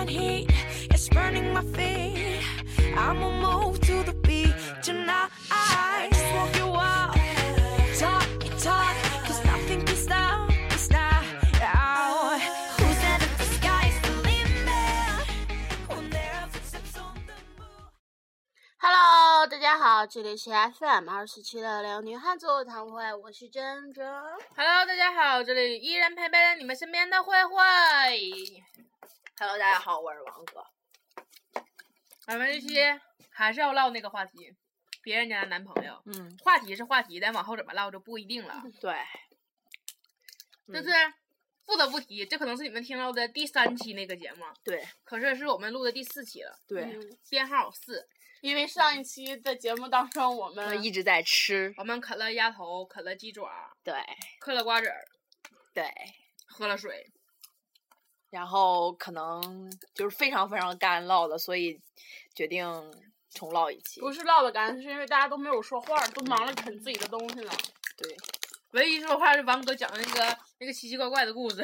that heat, it's burning my feet. I'ma move to the beat tonight. Just walk you out, talk, cause nothing can stop us now. Who said that the sky is the limit when there are footsteps on the moon? Hello， 大家好，这里是 FM 2766女汉子座谈会，我是珍珍。 Hello， 大家好，这里依然陪伴在你们身边的慧慧。 Hello， 大家好，我是王哥。 我们这期还是要唠那个话题，别人家的男朋友。话题是话题，但往后怎么唠就不一定了。 对， 就是不得不提，这可能是你们听到的第3期那个节目。 对， 可是是我们录的第4期了。 对， 编号4。 因为上一期的节目当中，我们一直在吃， 我们啃了鸭头，啃了鸡爪， 对， 嗑了瓜子儿， 对， 喝了水， 然后可能就是非常非常干唠的，所以决定重唠一期。 不是唠的干，是因为大家都没有说话，都忙着啃自己的东西呢。 对， 唯一说话是王哥讲的那个奇奇怪怪的故事。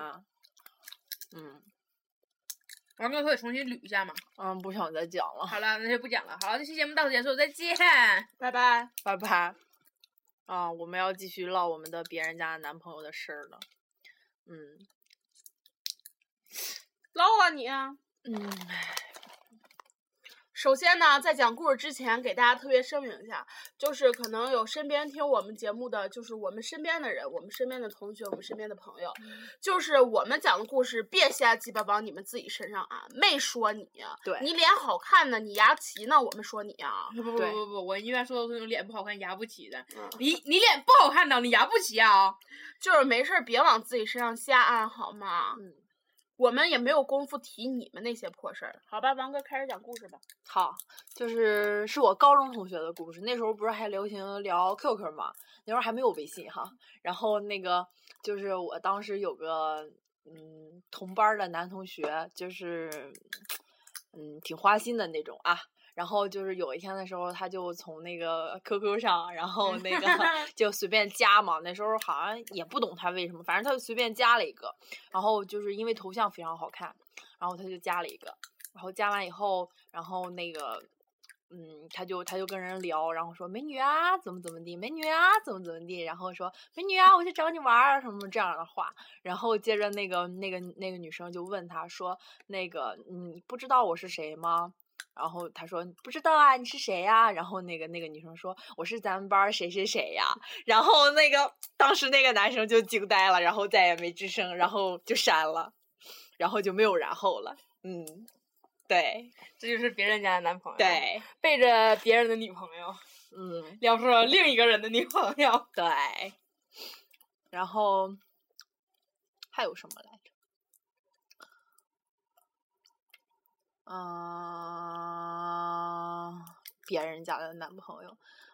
王哥可以重新捋一下吗？ 不想再讲了。 好了，那就不讲了。好了，这期节目到此结束，再见， 拜拜， 拜拜。我们要继续唠我们的别人家的男朋友的事儿了。 唠啊你啊。首先呢，在讲故事之前，给大家特别声明一下，就是可能有身边听我们节目的，就是我们身边的人，我们身边的同学，我们身边的朋友，就是我们讲的故事，别瞎鸡巴往你们自己身上安，没说你呀。 对， 你脸好看呢，你牙齐呢，我们说你啊。 不，我一般说的是那种脸不好看、牙不齐的。你脸不好看呢，你牙不齐啊？ 就是没事别往自己身上瞎安，好吗？我们也没有功夫提你们那些破事儿，好吧？王哥开始讲故事吧。 好，是我高中同学的故事。那时候不是还流行聊 QQ 吗？那时候还没有微信哈。然后那个就是我当时有个同班的男同学，就是挺花心的那种啊。然后就是有一天的时候，他就从那个 QQ 上，然后那个就随便加嘛。那时候好像也不懂他为什么，反正他就随便加了一个。然后就是因为头像非常好看，然后他就加了一个。然后加完以后，然后那个他就跟人聊，然后说美女啊怎么地，美女啊怎么地，然后说美女啊我去找你玩啊什么这样的话。然后接着那个女生就问他说那个你不知道我是谁吗？然后他说不知道啊，你是谁呀？然后那个女生说我是咱们班谁谁谁呀。然后当时那个男生就惊呆了，然后再也没吱声，然后就删了，然后就没有然后了。对， 这就是别人家的男朋友， 对， 背着别人的女朋友，聊说另一个人的女朋友， 对。然后还有什么来着？别人家的男朋友，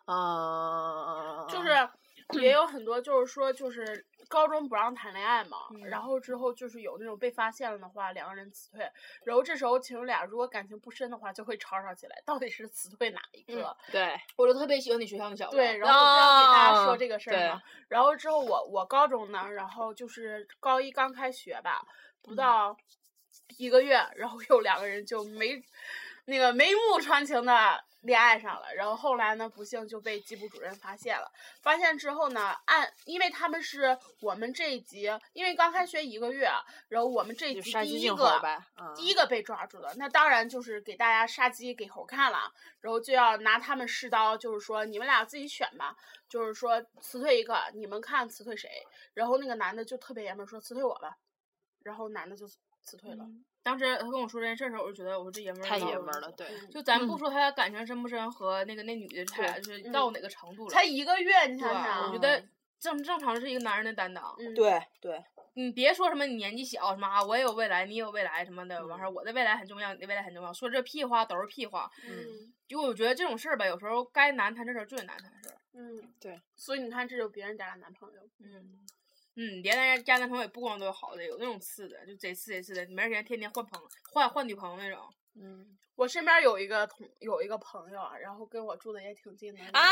就是也有很多，就是说，就是高中不让谈恋爱嘛，然后之后就是有那种被发现了的话，2个人辞退，然后这时候情侣俩如果感情不深的话，就会吵起来，到底是辞退哪一个？ 对， 我就特别喜欢你学校的小子。 对，然后我这样给大家说这个事儿嘛。然后之后我高中呢，然后就是高1刚开学吧，不到1个月，然后有2个人就眉目传情的恋爱上了，然后后来呢，不幸就被级部主任发现了。发现之后呢，因为他们是我们这一级，因为刚开学1个月，然后我们这一级第一个被抓住的，那当然就是给大家杀鸡给猴看了，然后就要拿他们试刀，就是说你们俩自己选吧，就是说辞退一个，你们看辞退谁？然后那个男的就特别爷们说辞退我吧，然后男的就辞退了。 当时他跟我说这件事的时候，我就觉得我说这爷们儿太爷们儿了，对。 就咱不说他俩感情深不深和那女的他俩就是到哪个程度了， 才1个月，你想想， 我觉得正常是一个男人的担当。 对。 你别说什么你年纪小什么啊，我也有未来，你也有未来什么的，完事儿我的未来很重要，你的未来很重要，说这屁话都是屁话。就我觉得这种事儿吧，有时候该难谈这事儿就得难谈事儿。 对。 所以你看，这就是别人家的男朋友。 别人家男朋友也不光都有好的，有那种次的，就这次的，没时间天天换女朋友那种。 我身边有一个朋友啊，然后跟我住的也挺近的。然后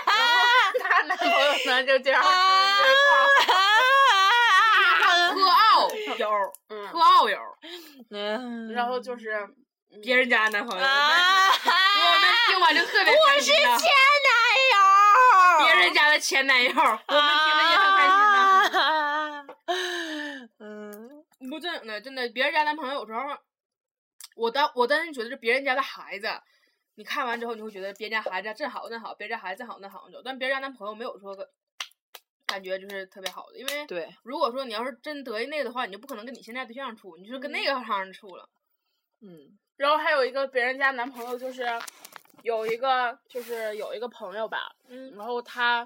她男朋友呢就这样。 特傲， 有，特好有。 然后就是别人家的男朋友， 啊， 我们听完就特别开心。 我是前男友， 别人家的前男友，我们听了也很开心呢。不真的，别人家男朋友有时候，我当时觉得是别人家的孩子，你看完之后你会觉得别人家孩子真好真好，别人家孩子真好真好，但别人家男朋友没有说感觉就是特别好的，因为对， 如果说你要是真得意那个的话，你就不可能跟你现在对象处，你就是跟那个行人处了。 然后还有一个别人家男朋友，就是有一个朋友吧，然后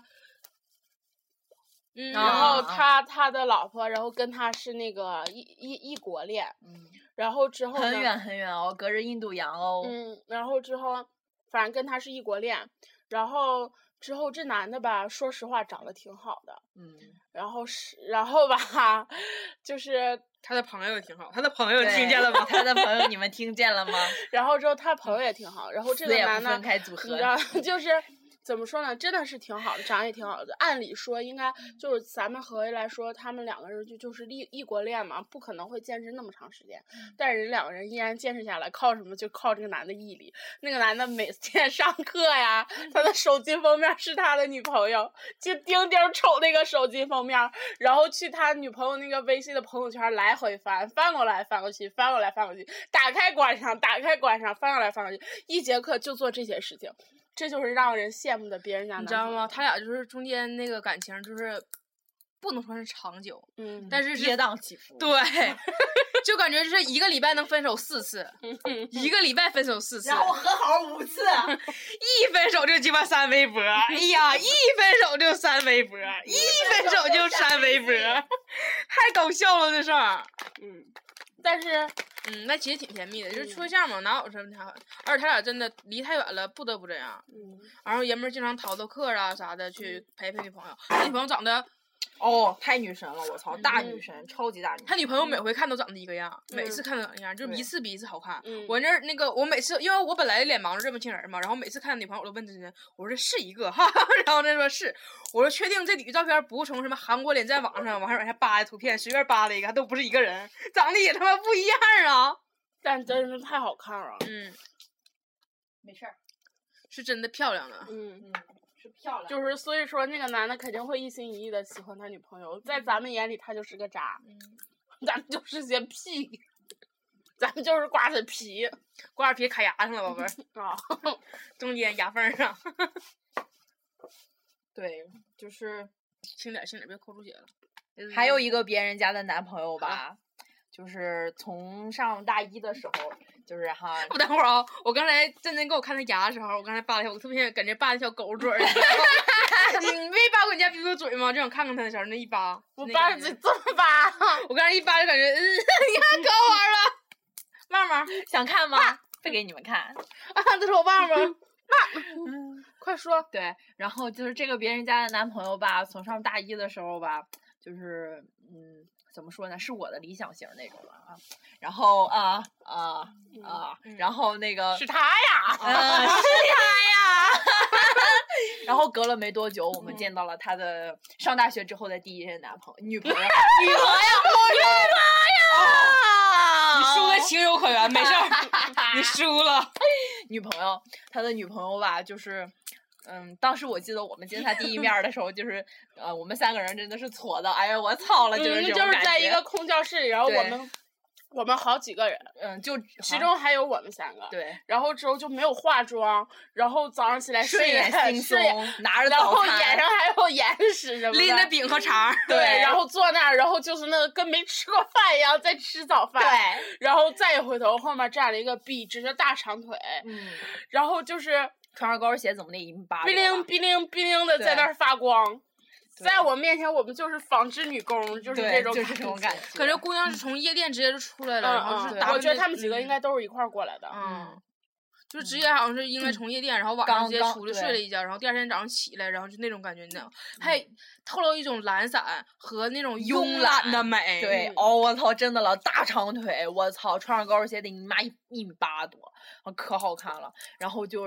然后他的老婆，然后跟他是那个异国恋，然后之后呢很远很远哦，隔着印度洋哦。 然后之后反正跟他是异国恋，然后之后这男的吧，说实话长得挺好的，然后吧，就是他的朋友也挺好，他的朋友听见了吗？ 他的朋友你们听见了吗？ 然后之后他朋友也挺好，然后这个男的分开组合， 你知道就是怎么说呢？真的是挺好的，长得也挺好的。按理说应该就是咱们合计来说，他们两个人就是异国恋嘛，不可能会坚持那么长时间。但是人两个人依然坚持下来，靠什么？就靠这个男的毅力。那个男的每天上课呀，他的手机封面是他的女朋友，就盯瞅那个手机封面，然后去他女朋友那个微信的朋友圈来回翻过来翻过去，翻过来翻过去，打开关上，翻过来翻过去，一节课就做这些事情。这就是让人羡慕的别人家男朋友， 你知道吗？他俩就是中间那个感情就是不能说是长久，但是跌宕起伏。 对，就感觉就是一个礼拜能分手4次，一个礼拜分手4次， 然后和好5次， 一分手就鸡巴删微博，哎呀，一分手就删微博，一分手就删微博，太搞笑了这事儿。 但是， 那其实挺甜蜜的，就是处对象嘛，哪有什么好？而且他俩真的离太远了，不得不这样。然后爷们儿经常逃课啊啥的去陪女朋友，他女朋友长得， 太女神了，我操，大女神，超级大女神。 他女朋友每回看都长得一个样，每次看都长一样，就是一次比一次好看。我我每次因为我本来脸盲认不清人嘛，然后每次看女朋友我都问真真，我说这是一个哈，然后他说是，我说确定这女照片不是从什么韩国脸在网上往下扒的图片，随便扒了一个，还都不是一个人，长得也他妈不一样啊！ 但真是太好看了。 没事儿， 是真的漂亮的。 是漂亮。 就是所以说那个男的肯定会一心一意的喜欢他女朋友，在咱们眼里他就是个渣，咱们就是些屁，咱们就是瓜子皮， 瓜子皮卡牙上了，宝贝儿啊， 中间牙缝上。 对，就是轻点，别抠出血了。 还有一个别人家的男朋友吧，就是从上大一的时候，就是哈。 我等会儿啊，我刚才真给我看他牙的时候，我刚才扒了一下，我特别感觉扒了一条狗嘴儿。你没扒过你家逼哥嘴吗？就想看看他的时候，那一扒。 我扒嘴这么扒， 我刚才一扒就感觉，你看可好玩了。旺旺想看吗？不给你们看。 啊，这是我旺旺。 快说。 对，然后就是这个别人家的男朋友吧，从上大一的时候吧，就是怎么说呢，是我的理想型那种了啊。然后然后那个是他呀， 是他呀。然后隔了没多久，我们见到了他的上大学之后的第一任女朋友。 你输的情有可原，没事儿，你输了。 女朋友，他的女朋友吧，就是。当时我记得我们见他第一面的时候，就是我们3个人真的是搓的，哎呀我操了，就是这种感觉。 就是在一个空教室里，然后我们好几个人， 就其中还有我们3个， 对， 然后之后就没有化妆，然后早上起来睡眼惺忪，拿着早餐， 然后眼上还有眼屎什么的， 拎着饼和肠， 对，然后坐那儿，然后就是那个跟没吃过饭一样在吃早饭， 对， 然后再一回头，后面站了一个笔直的大长腿，然后就是穿上高跟鞋怎么的1.8米， 哔铃哔铃哔铃的在那儿发光。在我面前，我们就是纺织女工，就是这种感觉。 可是姑娘是从夜店直接就出来了，然后是我觉得他们几个应该都是一块儿过来的。 就是直接好像是因为从夜店，然后晚上直接出来睡了一觉，然后第2天早上起来，然后就那种感觉，你知道吗？还透露一种懒散和那种慵懒的美。 对，我操，真的了，大长腿，我操，穿上高跟鞋得你妈1.8米多，可好看了。然后就是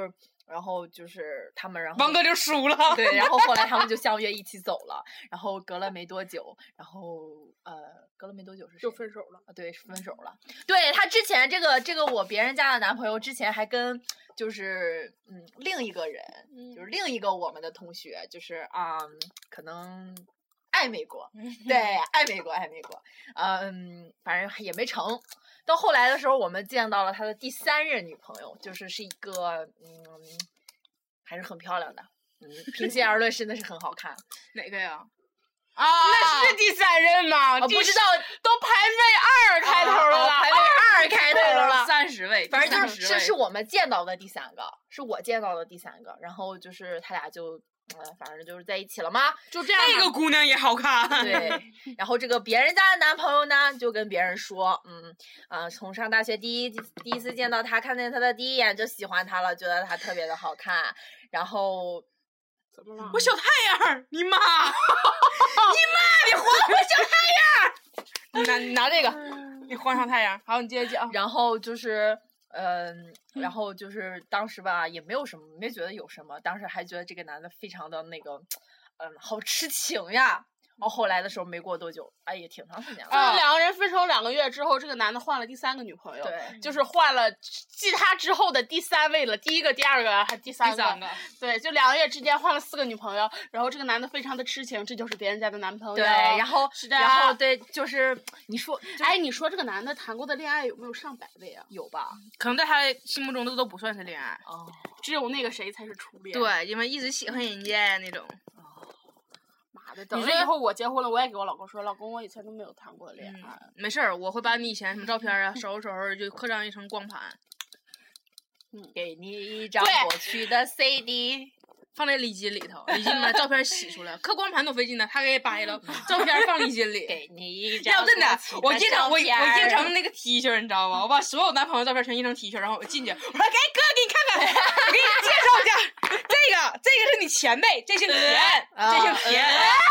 然后就是他们，然后王哥就输了。 对，然后后来他们就相约一起走了，然后隔了没多久，然后隔了没多久是就分手了。 对，分手了。对，他之前这个我别人家的男朋友之前还跟就是另一个人，就是另一个我们的同学，就是可能暧昧过，对，暧昧过，反正也没成。到后来的时候，我们见到了他的第3任女朋友，是一个还是很漂亮的，平心而论真的是很好看。 哪个呀？ 那是第3任吗？ 不知道， 都排位2开头了， 排位2开头了 ，30位， 反正就是这是我们见到的第3个，是我见到的第3个，然后就是他俩就。反正就是在一起了嘛， 就这样。 那个姑娘也好看。 对，然后这个别人家的男朋友呢，就跟别人说，从上大学第一次见到他，看见他的第一眼就喜欢他了，觉得他特别的好看。然后怎么了？ 我小太阳，你妈，你还我小太阳？你拿这个，你换上太阳。好，你接着讲。 然后就是。然后就是当时吧，也没有什么，没觉得有什么，当时还觉得这个男的非常的那个，好痴情呀。然后后来的时候没过多久，也挺长时间了。 2个人分手2个月之后，这个男的换了第3个女朋友， 对， 就是换了继他之后的第3位了，第1个、第2个还第3个，对，就2个月之间换了4个女朋友，然后这个男的非常的痴情，这就是别人家的男朋友。 对，然后是的， 然后对，就是你说， 你说这个男的谈过的恋爱有没有上百位啊？ 有吧？ 可能在他心目中都不算是恋爱只有那个谁才是初恋。 对，因为一直喜欢人家那种。 等着以后我结婚了，我也给我老公说，老公，我以前都没有谈过恋爱。 没事儿，我会把你以前什么照片啊收拾就刻上一层光盘。 给你一张过去的 CD， 放在礼金里头，礼金把照片洗出来，刻光盘多费劲呢，他给掰了，照片放礼金里。 给你一张。 要真的，我印成那个 T 恤，你知道吗？我把所有男朋友照片全印成 T 恤，然后我进去，我说：“哥，给你看看，我给你介绍一下，这个是你前辈，这姓田，这姓田。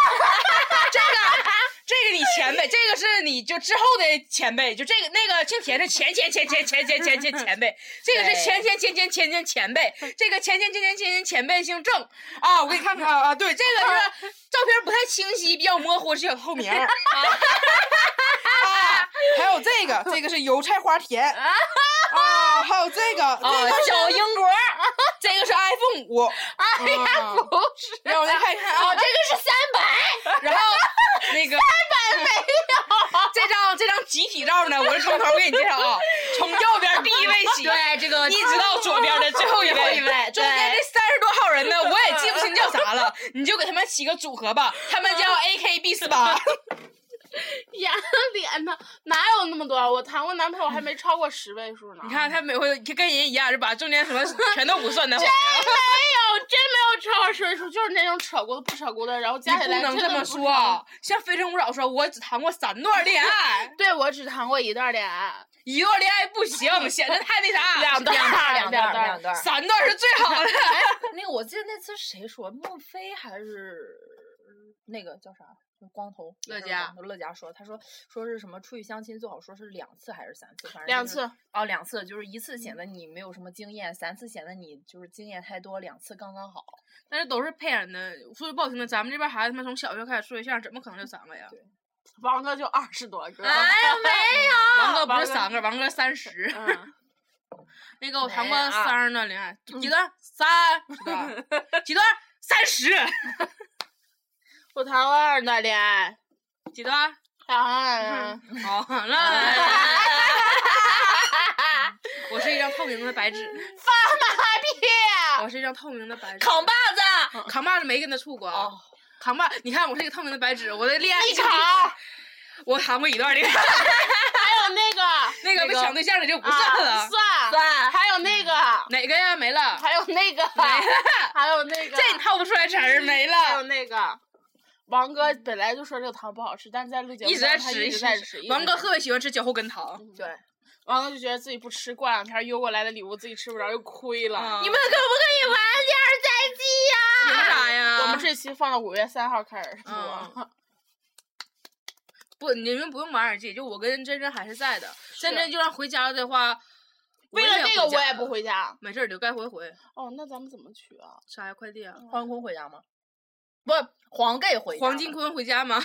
这个你前辈，这个是你就之后的前辈，就这个那个姓田是前辈，这个是前辈，这个前辈姓郑啊，我给你看看对，这个是照片不太清晰，比较模糊，是小透明还有这个是油菜花田还有这个小英国， 这个是 iPhone 5， 不是， 让我再看一看这个是300， 然后那个300 没有， 这张集体照呢，我是从头给你介绍从右边第1位起， 对，这个一直到左边的最后一位，中间这30多号人呢，我也记不清叫啥了，你就给他们起个组合吧，他们叫 AKB48。 呀，脸呢？哪有那么多？我谈过男朋友还没超过10位数呢。 你看他每回跟人一样，是把中间什么全都不算的。 真没有超过10位数，就是那种扯过的不扯过的，然后加起来你不能这么说。像非诚勿扰说，我只谈过3段恋爱。 对，我只谈过1段恋爱。 1段恋爱不行，显得太那啥。 2段 ，3段是最好的。 那个我记得那次谁说，孟非还是那个叫啥？光头乐嘉说，他说是什么出去相亲最好说是2次还是3次，反 2 正次 2次，就是1次显得你没有什么经验，3次显得你就是经验太多，2次刚刚好。 但是都是培养的，说句不好听的，咱们这边孩子们从小学开始处对象，怎么可能就3个呀？ 对， 王哥就20多个。 哎呀，没有， 王哥不是3个，王哥30。那个我谈过3段恋爱，几段？3，几段？30。 我谈过2段恋爱， 几段 ？2段。 好，那我是一张透明的白纸。 发马屁！ 我是一张透明的白纸。 扛把子没跟他处过。扛把，你看我是一个透明的白纸，我的恋爱一扛。 我谈过1段恋爱。 还有那个被抢对象的就不算了。 算。还有那个哪个呀？没了。 还有那个还有那个。 这你套不出来词儿，没了。 还有那个。王哥本来就说这个糖不好吃，但是在录节目一直在吃。王哥特别喜欢吃脚后跟糖。 对，王哥就觉得自己不吃，过2天邮过来的礼物自己吃不着，又亏了。 你们可不可以晚点再寄呀？ 凭啥呀？ 我们这期放到5月3号开始播。 不，你们不用晚点寄，就我跟珍珍还是在的。珍珍就算回家了的话， 为了这个我也不回家。 没事，就该回回。 哦，那咱们怎么取啊？ 啥呀？快递啊？ 黄坤回家吗？不，黄给回家。 黄金坤回家吗？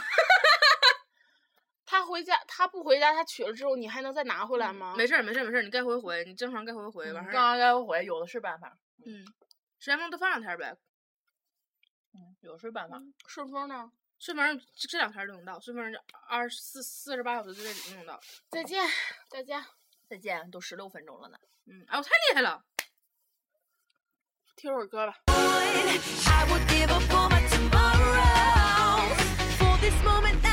他回家，他不回家，他取了之后，你还能再拿回来吗？ 没事，你该回回，你正常该回回，完事儿。 刚该回回，有的是办法。 时间风多放2天呗。 有的是办法。 顺丰呢？ 顺丰这2天就能到，顺丰48小时之内就能到。 再见， 都16分钟了呢。 哎，我太厉害了。 听会儿歌吧。 I would give up all my tomorrows for this moment.